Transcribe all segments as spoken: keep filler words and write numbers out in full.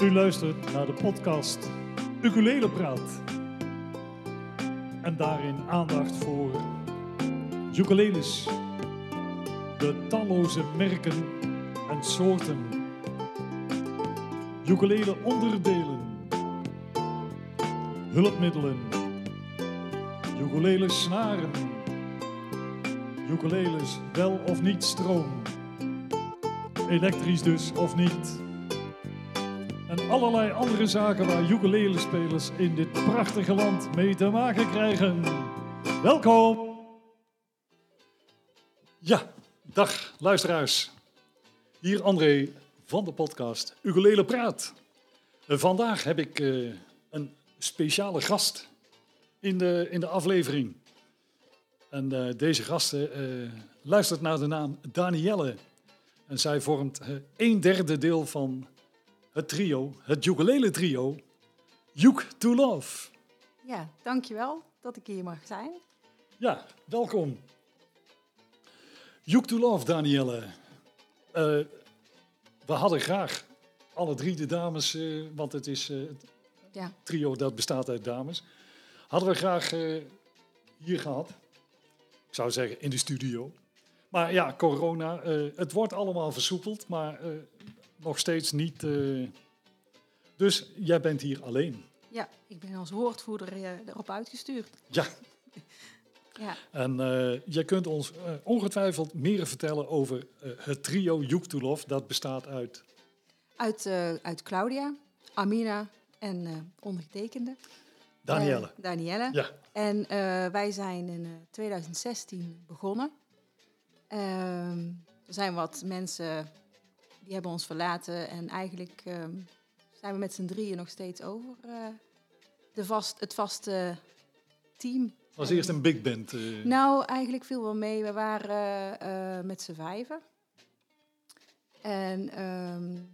U luistert naar de podcast Ukulele Praat. En daarin aandacht voor ukuleles, de talloze merken en soorten, ukulele onderdelen, hulpmiddelen, ukulele snaren, ukuleles wel of niet stroom, elektrisch dus of niet. En allerlei andere zaken waar ukulelespelers in dit prachtige land mee te maken krijgen. Welkom! Ja, dag luisteraars. Hier André van de podcast Ukulele Praat. Uh, vandaag heb ik uh, een speciale gast in de, in de aflevering. En uh, deze gast uh, luistert naar de naam Danielle. En zij vormt uh, een derde deel van het trio, het ukulele trio, Uke to Love. Ja, dankjewel dat ik hier mag zijn. Ja, welkom. Uke to Love, Danielle. Uh, we hadden graag alle drie de dames, uh, want het is uh, het ja. trio dat bestaat uit dames. Hadden we graag uh, hier gehad. Ik zou zeggen in de studio. Maar ja, corona, uh, het wordt allemaal versoepeld, maar uh, nog steeds niet. Uh... Dus jij bent hier alleen. Ja, ik ben als woordvoerder uh, erop uitgestuurd. Ja. ja. En uh, je kunt ons uh, ongetwijfeld meer vertellen over uh, het trio Uke to Love. Dat bestaat uit... Uit, uh, uit Claudia, Amina en uh, ondergetekende. Danielle. Uh, Danielle. Ja. En uh, wij zijn in uh, twintig zestien begonnen. Uh, er zijn wat mensen die hebben ons verlaten en eigenlijk uh, zijn we met z'n drieën nog steeds over uh, de vast, het vaste team. Het was eerst een big band. Uh... Nou, eigenlijk viel wel mee. We waren uh, uh, met z'n vijven. En um,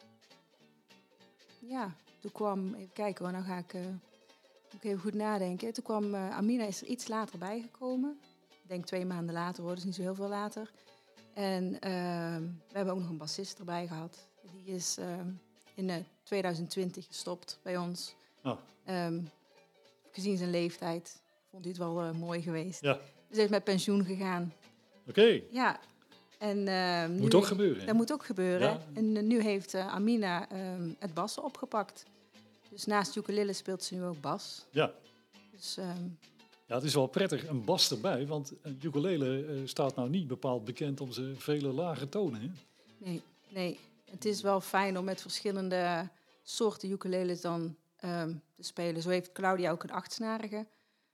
ja, toen kwam, even kijken hoor, nou ga ik, uh, moet ik even goed nadenken. Toen kwam uh, Amina is er iets later bijgekomen. Ik denk twee maanden later hoor, dus niet zo heel veel later. En uh, we hebben ook nog een bassist erbij gehad. Die is uh, in uh, twintig twintig gestopt bij ons. Oh. Um, gezien zijn leeftijd vond hij het wel uh, mooi geweest. Ja. Dus hij is met pensioen gegaan. Oké. Okay. Ja. En, uh, moet nu, ook gebeuren. Dat moet ook gebeuren. Ja. En uh, nu heeft uh, Amina um, het bassen opgepakt. Dus naast ukulele speelt ze nu ook bas. Ja. Dus... Um, Ja, het is wel prettig, een bas erbij, want een ukulele uh, staat nou niet bepaald bekend om zijn vele lage tonen. Hè? Nee, nee, het is wel fijn om met verschillende soorten ukuleles dan um, te spelen. Zo heeft Claudia ook een achtsnarige.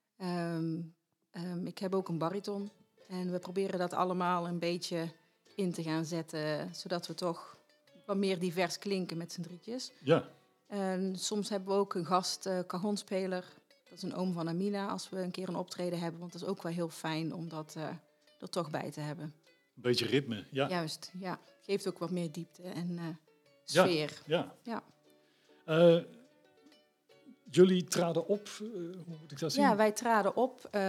Um, um, ik heb ook een bariton. En we proberen dat allemaal een beetje in te gaan zetten, zodat we toch wat meer divers klinken met z'n drietjes. Ja. En soms hebben we ook een gast uh, cajonspeler. Dat is een oom van Amina als we een keer een optreden hebben. Want dat is ook wel heel fijn om dat uh, er toch bij te hebben. Een beetje ritme, ja. Juist, ja. Geeft ook wat meer diepte en uh, sfeer. Ja, ja. ja. Uh, jullie traden op, uh, hoe moet ik dat zien? Ja, wij traden op uh,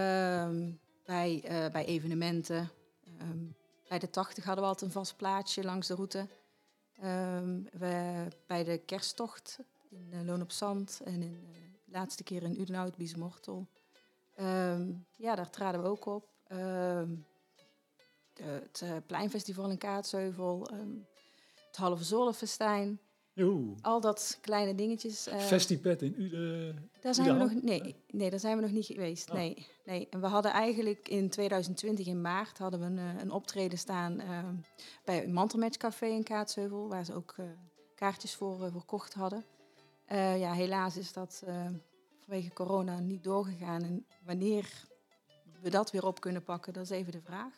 bij, uh, bij evenementen. Um, bij de tachtig hadden we altijd een vast plaatsje langs de route. Um, we, bij de kersttocht in uh, Loon op Zand en in... Uh, de laatste keer in Udenhout, Biesmortel. Um, ja, daar traden we ook op. Um, de, het uh, Pleinfestival in Kaatsheuvel. Um, het Halve Zolenfestijn. Joe. Al dat kleine dingetjes. Uh, Festipet in Uden. Daar zijn we nog, nee, nee, daar zijn we nog niet geweest. Oh. Nee, nee. En we hadden eigenlijk in twintig twintig in maart hadden we een, een optreden staan uh, bij een Mantelmatchcafé in Kaatsheuvel. Waar ze ook uh, kaartjes voor uh, verkocht hadden. Uh, ja, helaas is dat uh, vanwege corona niet doorgegaan. En wanneer we dat weer op kunnen pakken, dat is even de vraag.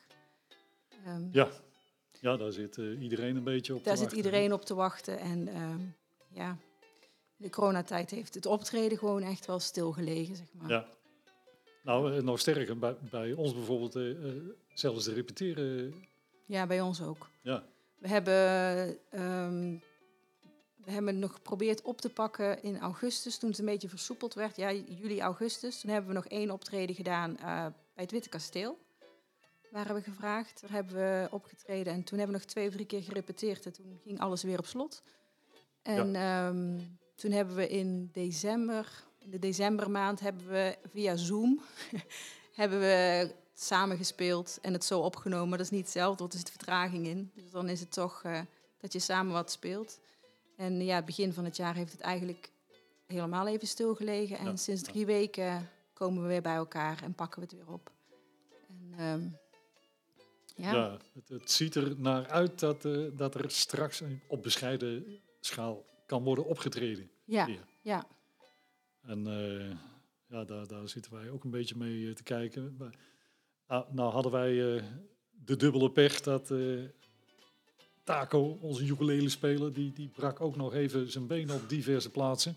Um, ja. ja, daar zit uh, iedereen een beetje op daar te wachten. Daar zit iedereen op te wachten. En um, ja, de coronatijd heeft het optreden gewoon echt wel stilgelegen, zeg maar. Ja. Nou, uh, nog sterker, bij, bij ons bijvoorbeeld uh, uh, zelfs de repeteren. Ja, bij ons ook. Ja. We hebben... Um, We hebben het nog geprobeerd op te pakken in augustus, toen het een beetje versoepeld werd. Ja, juli, augustus. Toen hebben we nog één optreden gedaan uh, bij het Witte Kasteel. Waren we gevraagd. Daar hebben we opgetreden. En toen hebben we nog twee of drie keer gerepeteerd. En toen ging alles weer op slot. En ja. um, toen hebben we in december, in de decembermaand, hebben we via Zoom hebben we samen gespeeld en het zo opgenomen. Dat is niet hetzelfde, want er zit vertraging in. Dus dan is het toch uh, dat je samen wat speelt. En ja, begin van het jaar heeft het eigenlijk helemaal even stilgelegen. En ja. sinds drie weken komen we weer bij elkaar en pakken we het weer op. En, um, ja, ja het, het ziet er naar uit dat, uh, dat er straks op bescheiden schaal kan worden opgetreden. Ja, ja. En uh, ja, daar, daar zitten wij ook een beetje mee uh, te kijken. Maar, nou, nou hadden wij uh, de dubbele pech dat uh, Taco, onze ukulele-speler, die, die brak ook nog even zijn benen op diverse plaatsen.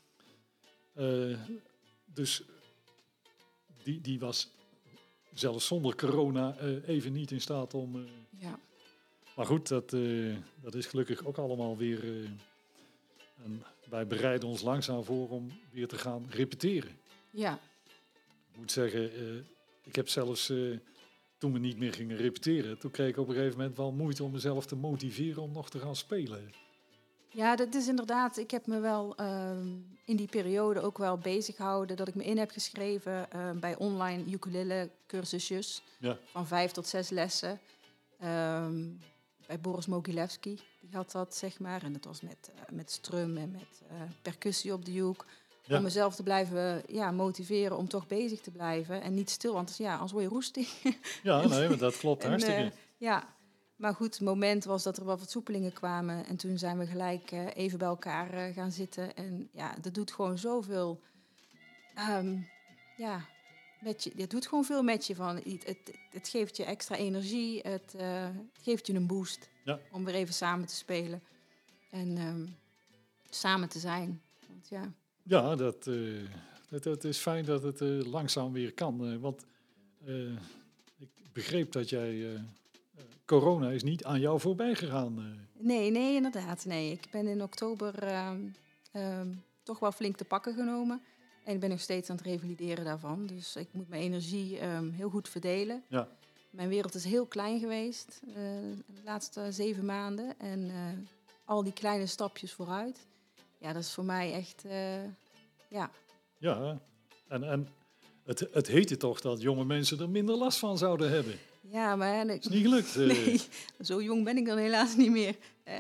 Uh, dus die, die was zelfs zonder corona uh, even niet in staat om... Uh, ja. Maar goed, dat, uh, dat is gelukkig ook allemaal weer... Uh, en wij bereiden ons langzaam voor om weer te gaan repeteren. Ja. Ik moet zeggen, uh, ik heb zelfs... Uh, toen we niet meer gingen repeteren, toen kreeg ik op een gegeven moment wel moeite om mezelf te motiveren om nog te gaan spelen. Ja, dat is inderdaad. Ik heb me wel uh, in die periode ook wel bezig gehouden dat ik me in heb geschreven uh, bij online ukulele cursusjes ja. van vijf tot zes lessen. Um, bij Boris Mogilevski, die had dat, zeg maar. En dat was met, uh, met strum en met uh, percussie op de uke. Ja. Om mezelf te blijven ja, motiveren om toch bezig te blijven en niet stil, want ja, anders word je roestig. Ja, nee, maar dat klopt hartstikke. Uh, ja, maar goed, het moment was dat er wat versoepelingen kwamen en toen zijn we gelijk uh, even bij elkaar uh, gaan zitten. En ja, dat doet gewoon zoveel, um, ja, met je, het doet gewoon veel met je. Van, het, het, het geeft je extra energie, het, uh, het geeft je een boost ja. om weer even samen te spelen en um, samen te zijn. Want ja... Ja, dat, uh, het, het is fijn dat het uh, langzaam weer kan. Uh, want uh, ik begreep dat jij... Uh, corona is niet aan jou voorbij gegaan. Uh. Nee, nee, inderdaad. Nee. Ik ben in oktober uh, uh, toch wel flink te pakken genomen. En ik ben nog steeds aan het revalideren daarvan. Dus ik moet mijn energie um, heel goed verdelen. Ja. Mijn wereld is heel klein geweest uh, de laatste zeven maanden. En uh, al die kleine stapjes vooruit... Ja, dat is voor mij echt, uh, ja. Ja, en, en het, het heette toch dat jonge mensen er minder last van zouden hebben. Ja, maar... Dat is niet gelukt. Uh. Nee, zo jong ben ik dan helaas niet meer. Hè?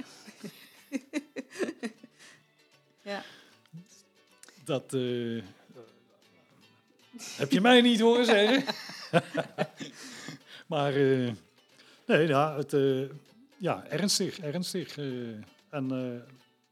Ja. Dat uh, heb je mij niet horen zeggen. Maar, uh, nee, ja, het, uh, ja, ernstig, ernstig. Uh, en... Uh,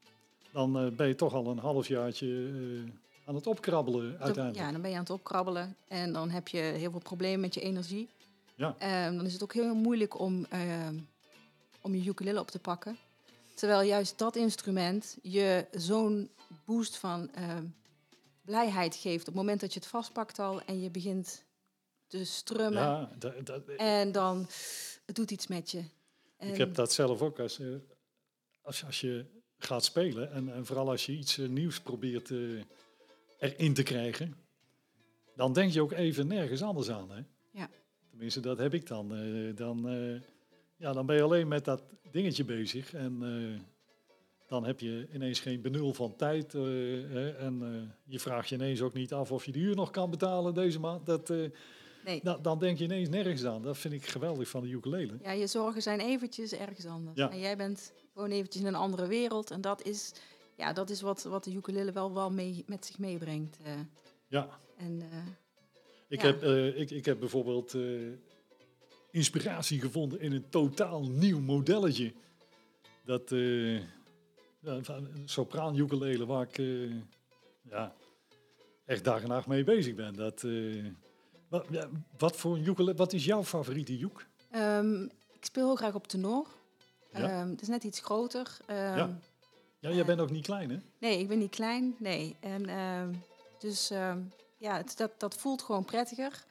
dan uh, ben je toch al een halfjaartje uh, aan het opkrabbelen uiteindelijk. Ja, dan ben je aan het opkrabbelen en dan heb je heel veel problemen met je energie. Ja. Um, dan is het ook heel moeilijk om, uh, om je ukulele op te pakken. Terwijl juist dat instrument je zo'n boost van uh, blijheid geeft. Op het moment dat je het vastpakt al en je begint te strummen. Ja, dat, dat, en dan het doet iets met je. En ik heb dat zelf ook als, uh, als, als je... gaat spelen en, en vooral als je iets uh, nieuws probeert uh, erin te krijgen, dan denk je ook even nergens anders aan. Hè? Ja. Tenminste, dat heb ik dan. Uh, dan, uh, ja, dan ben je alleen met dat dingetje bezig en uh, dan heb je ineens geen benul van tijd uh, hè, en uh, je vraagt je ineens ook niet af of je de huur nog kan betalen deze maand. Dat, uh, nee. da- dan denk je ineens nergens aan. Dat vind ik geweldig van de ukulele. Ja, je zorgen zijn eventjes ergens anders. Ja. En jij bent gewoon eventjes in een andere wereld. En dat is, ja, dat is wat, wat de ukulele wel, wel mee, met zich meebrengt. Uh, ja. En, uh, ik, ja. heb, uh, ik, ik heb bijvoorbeeld uh, inspiratie gevonden in een totaal nieuw modelletje. Dat uh, ja, een sopraan ukulele waar ik uh, ja, echt dag en nacht mee bezig ben. Dat, uh, wat, ja, wat voor een ukulele, wat is jouw favoriete uke? Um, ik speel heel graag op tenor. Ja? Um, het is net iets groter. Um, ja. ja, jij bent ook niet klein, hè? Nee, ik ben niet klein. Nee. En, um, dus um, ja, het, dat, dat voelt gewoon prettiger.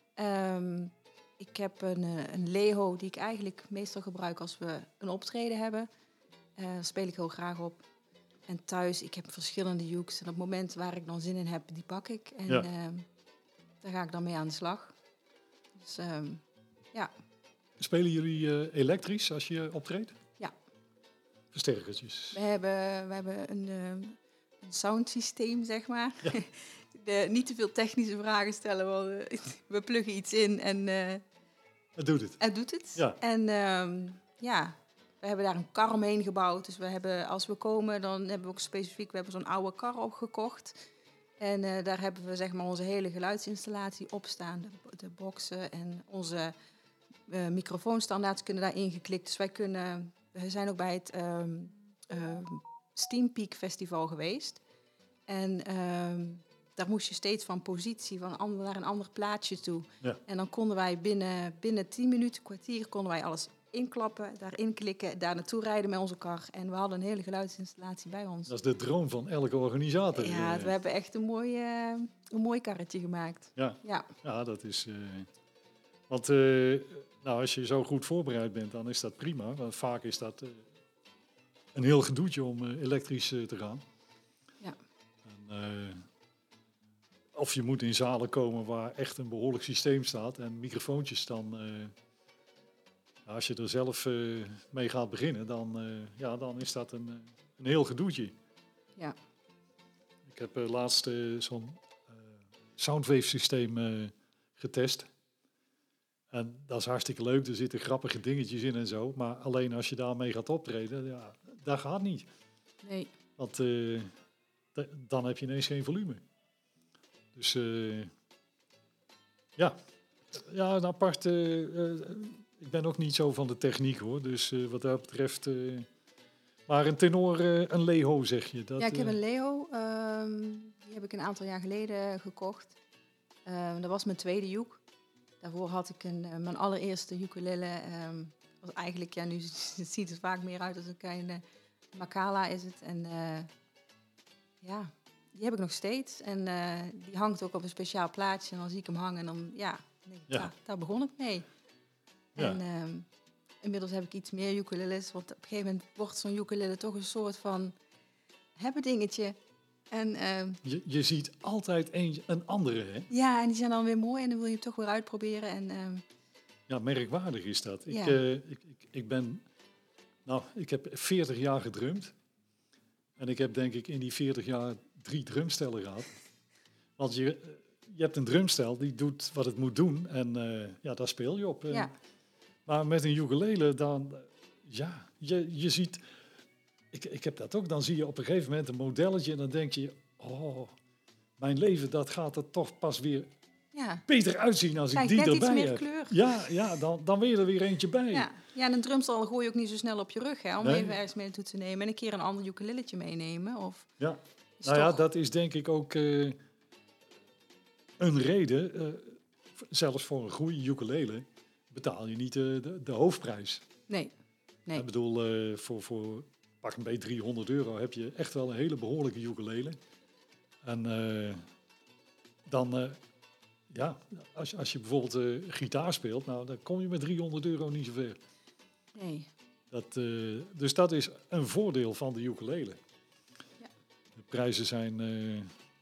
Um, ik heb een, een Leho die ik eigenlijk meestal gebruik als we een optreden hebben. Uh, daar speel ik heel graag op. En thuis, ik heb verschillende ukes. En op het moment waar ik dan zin in heb, die pak ik. En ja. um, daar ga ik dan mee aan de slag. Dus um, ja. Spelen jullie uh, elektrisch als je optreedt? Ja. versterkertjes. We hebben, we hebben een, uh, een soundsysteem, zeg maar. Ja. De, niet te veel technische vragen stellen, want uh, we pluggen iets in en... Uh, het doet het. Het doet het. Ja. En um, ja, we hebben daar een kar omheen gebouwd. Dus we hebben, als we komen, dan hebben we ook specifiek... We hebben zo'n oude kar opgekocht. En uh, daar hebben we zeg maar onze hele geluidsinstallatie op staan. De, de boxen en onze uh, microfoonstandaards kunnen daar ingeklikt. Dus wij kunnen... We zijn ook bij het um, uh, Steampeak Festival geweest. En um, daar moest je steeds van positie van ander, naar een ander plaatsje toe. Ja. En dan konden wij binnen, binnen tien minuten, kwartier, konden wij alles inklappen, daarin klikken, daar naartoe rijden met onze kar. En we hadden een hele geluidsinstallatie bij ons. Dat is de droom van elke organisator. Ja, we hebben echt een mooi, uh, een mooi karretje gemaakt. Ja, ja. ja dat is... Uh, want uh, nou, als je zo goed voorbereid bent, dan is dat prima. Want vaak is dat uh, een heel gedoetje om uh, elektrisch uh, te gaan. Ja. En, uh, of je moet in zalen komen waar echt een behoorlijk systeem staat en microfoontjes dan... Uh, als je er zelf uh, mee gaat beginnen, dan, uh, ja, dan is dat een, een heel gedoetje. Ja. Ik heb uh, laatst uh, zo'n uh, Soundwave systeem uh, getest. En dat is hartstikke leuk, er zitten grappige dingetjes in en zo. Maar alleen als je daarmee gaat optreden, ja, dat gaat niet. Nee. Want uh, d- dan heb je ineens geen volume. Dus uh, ja, ja, een apart... Uh, uh, ik ben ook niet zo van de techniek hoor, dus uh, wat dat betreft... Uh, maar een tenor, uh, een Leho zeg je? Dat, ja, ik heb uh, een Leo, um, die heb ik een aantal jaar geleden gekocht. Um, dat was mijn tweede uke. Daarvoor had ik een, uh, mijn allereerste ukulele. Um, was eigenlijk, ja, nu ziet het vaak meer uit als een kleine Macala is het. En uh, ja, die heb ik nog steeds. En uh, die hangt ook op een speciaal plaatje. En dan zie ik hem hangen en dan, ja, denk ik, Ja. daar, daar begon het mee. Ja. En um, inmiddels heb ik iets meer ukuleles. Want op een gegeven moment wordt zo'n ukulele toch een soort van hebben dingetje. En, uh, je, je ziet altijd een, een andere, hè? ja, en die zijn dan weer mooi en dan wil je hem toch weer uitproberen. En, uh, ja, merkwaardig is dat. Ja. Ik, uh, ik, ik, ik ben... Nou, ik heb veertig jaar gedrumd. En ik heb denk ik in die veertig jaar drie drumstellen gehad. Want je, je hebt een drumstel die doet wat het moet doen. En uh, ja, daar speel je op. En, ja. Maar met een ukulele dan... Uh, ja, je, je ziet... Ik, ik heb dat ook. Dan zie je op een gegeven moment een modelletje en dan denk je... Oh, mijn leven, dat gaat er toch pas weer ja. beter uitzien als Kijk, ik die net erbij iets meer heb. kleur. Ja, ja dan, dan wil je er weer eentje bij. Ja. ja, en een drumstel gooi je ook niet zo snel op je rug, hè, om Nee. even ergens mee toe te nemen. En een keer een ander ukulelletje meenemen. Of Ja, is nou ja, toch... dat is denk ik ook uh, een reden. Uh, zelfs voor een goede ukulele betaal je niet uh, de, de hoofdprijs. Nee, nee. Ik bedoel, uh, voor, voor pak een beetje driehonderd euro heb je echt wel een hele behoorlijke ukulele. En uh, dan, uh, ja, als je, als je bijvoorbeeld uh, gitaar speelt, nou, dan kom je met driehonderd euro niet zo ver. Nee. Dat, uh, dus dat is een voordeel van de ukulele. Ja. De prijzen zijn... Uh,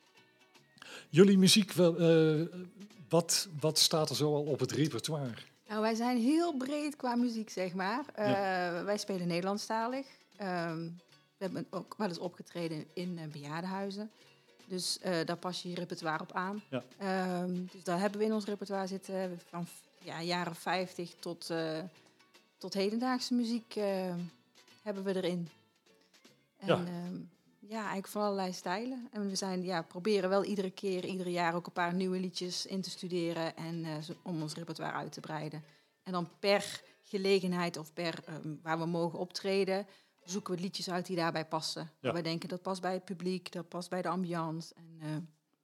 jullie muziek, uh, wat, wat staat er zo al op het repertoire? Nou, wij zijn heel breed qua muziek, zeg maar. Uh, ja. Wij spelen Nederlandstalig. Um, we hebben ook wel eens opgetreden in uh, bejaardenhuizen. Dus uh, daar pas je je repertoire op aan. Ja. Um, dus daar hebben we in ons repertoire zitten van ja, jaren vijftig tot, uh, tot hedendaagse muziek uh, hebben we erin. En, ja. Um, ja, eigenlijk van allerlei stijlen. En we zijn, ja, proberen wel iedere keer, ieder jaar ook een paar nieuwe liedjes in te studeren en uh, om ons repertoire uit te breiden. En dan per gelegenheid of per um, waar we mogen optreden, zoeken we liedjes uit die daarbij passen. Ja. Wij denken dat past bij het publiek, dat past bij de ambiance. En uh,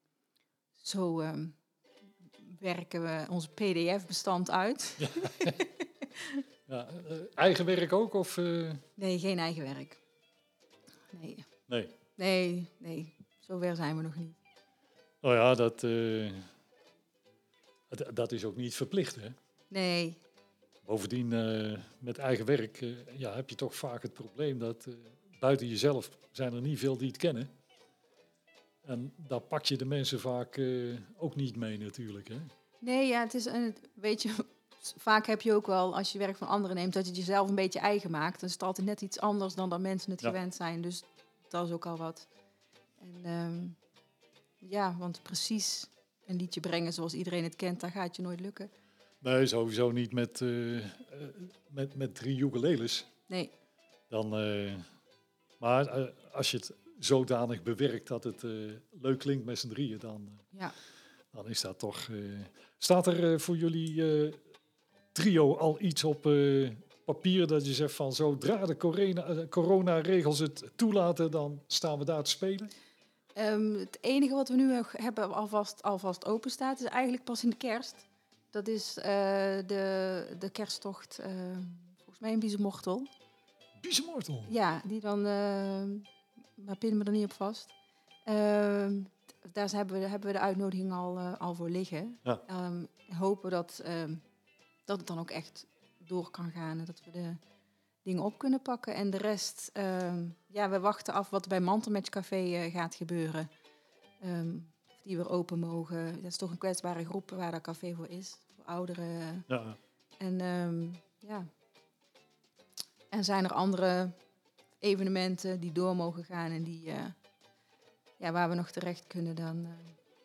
zo um, werken we ons P D F-bestand uit. Ja. ja, uh, eigen werk ook? Of, uh... Nee, geen eigen werk. Nee. Nee. Nee, nee. Zover zijn we nog niet. Nou ja, dat, uh, dat, dat is ook niet verplicht, hè? Nee. Bovendien, uh, met eigen werk uh, ja, heb je toch vaak het probleem dat uh, buiten jezelf zijn er niet veel die het kennen. En daar pak je de mensen vaak uh, ook niet mee natuurlijk, hè? Nee, ja, het is een, weet je, vaak heb je ook wel, als je werk van anderen neemt, dat je het jezelf een beetje eigen maakt. Dan is het altijd net iets anders dan dat mensen het Ja. gewend zijn. Dus dat is ook al wat. En um, ja, want precies een liedje brengen zoals iedereen het kent, dat gaat je nooit lukken. Nee, sowieso niet met, uh, met, met drie ukuleles. Nee. Dan, uh, maar uh, als je het zodanig bewerkt dat het uh, leuk klinkt met z'n drieën, dan, uh, ja. dan is dat toch... Uh, staat er uh, voor jullie uh, trio al iets op uh, papier dat je zegt van zodra de corona, uh, coronaregels het toelaten, dan staan we daar te spelen? Um, het enige wat we nu hebben alvast, alvast open staat, is eigenlijk pas in de kerst. Dat is uh, de, de kersttocht, uh, volgens mij in Biezenmortel. Biezenmortel? Ja, die dan, uh, maar pinnen we er niet op vast. Uh, daar hebben we, hebben we de uitnodiging al, uh, al voor liggen. Ja. Um, hopen dat, um, dat het dan ook echt door kan gaan en dat we de dingen op kunnen pakken. En de rest, um, ja, we wachten af wat er bij Mantelmatch Café uh, gaat gebeuren. Um, of die weer open mogen. Dat is toch een kwetsbare groep waar dat café voor is. Voor ouderen. Ja. En um, ja. En zijn er andere evenementen die door mogen gaan en die, uh, ja, waar we nog terecht kunnen dan. Uh...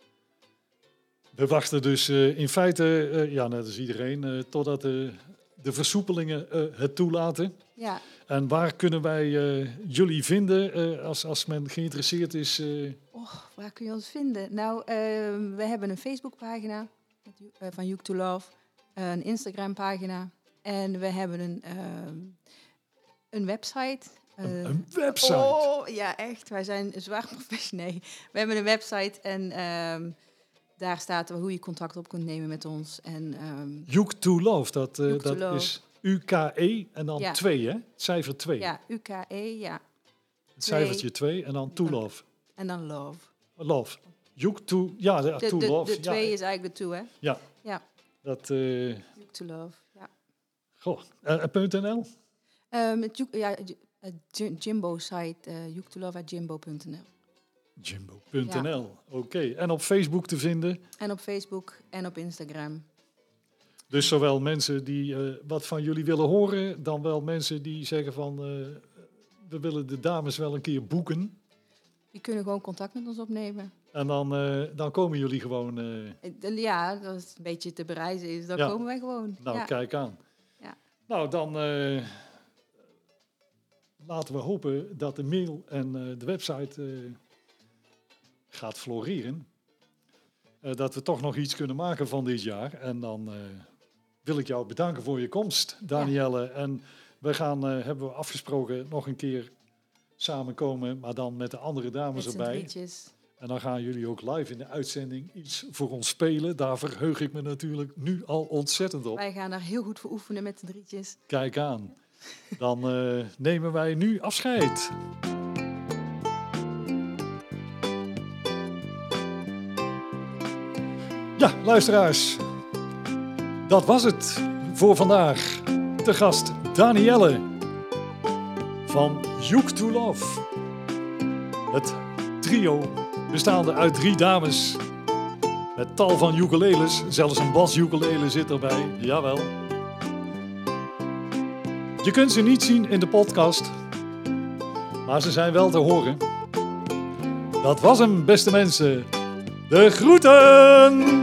We wachten dus uh, in feite, uh, ja, net als iedereen, uh, totdat uh, de versoepelingen uh, het toelaten. Ja. En waar kunnen wij uh, jullie vinden uh, als, als men geïnteresseerd is? Uh... Oh, waar kun je ons vinden? Nou, uh, we hebben een Facebookpagina uh, van Uke to Love, uh, een Instagram-pagina en we hebben een, uh, een website. Uh, een, een website? Oh, ja, echt. Wij zijn zwaar professioneel. We hebben een website en um, daar staat hoe je contact op kunt nemen met ons. En um, Uke to Love, dat, uh, Uke dat to is U K E en dan ja. twee, hè? Het cijfer twee. Ja, U K E, ja. Het cijfertje twee en dan to love. En dan love. Love. Uke to, ja, de, de, to de, love. De twee ja. is eigenlijk de two, hè? Ja. Ja. Dat, uh, Uke to love, ja. Goh, en uh, .nl? Um, het, ja, Jimbo-site, uh, uke to love at jimbo punt n l. Jimbo punt n l, ja. Oké. Okay. En op Facebook te vinden? En op Facebook en op Instagram. Dus zowel mensen die uh, wat van jullie willen horen, dan wel mensen die zeggen van, uh, we willen de dames wel een keer boeken. Die kunnen gewoon contact met ons opnemen. En dan, uh, dan komen jullie gewoon... Uh... Ja, dat het een beetje te bereizen is, dan ja. komen wij gewoon. Nou, ja. kijk aan. Ja. Nou, dan uh, laten we hopen dat de mail en uh, de website uh, gaat floreren. Uh, dat we toch nog iets kunnen maken van dit jaar. En dan uh, wil ik jou bedanken voor je komst, Danielle. Ja. En we gaan, uh, hebben we afgesproken, nog een keer samenkomen, maar dan met de andere dames met erbij. Drietjes. En dan gaan jullie ook live in de uitzending iets voor ons spelen. Daar verheug ik me natuurlijk nu al ontzettend op. Wij gaan daar heel goed voor oefenen met de drietjes. Kijk aan. Dan uh, nemen wij nu afscheid. Ja, luisteraars. Dat was het voor vandaag. De gast Danielle van Uke to Love. Het trio bestaande uit drie dames met tal van ukuleles. Zelfs een bas-ukulele zit erbij. Jawel. Je kunt ze niet zien in de podcast, maar ze zijn wel te horen. Dat was hem, beste mensen. De groeten!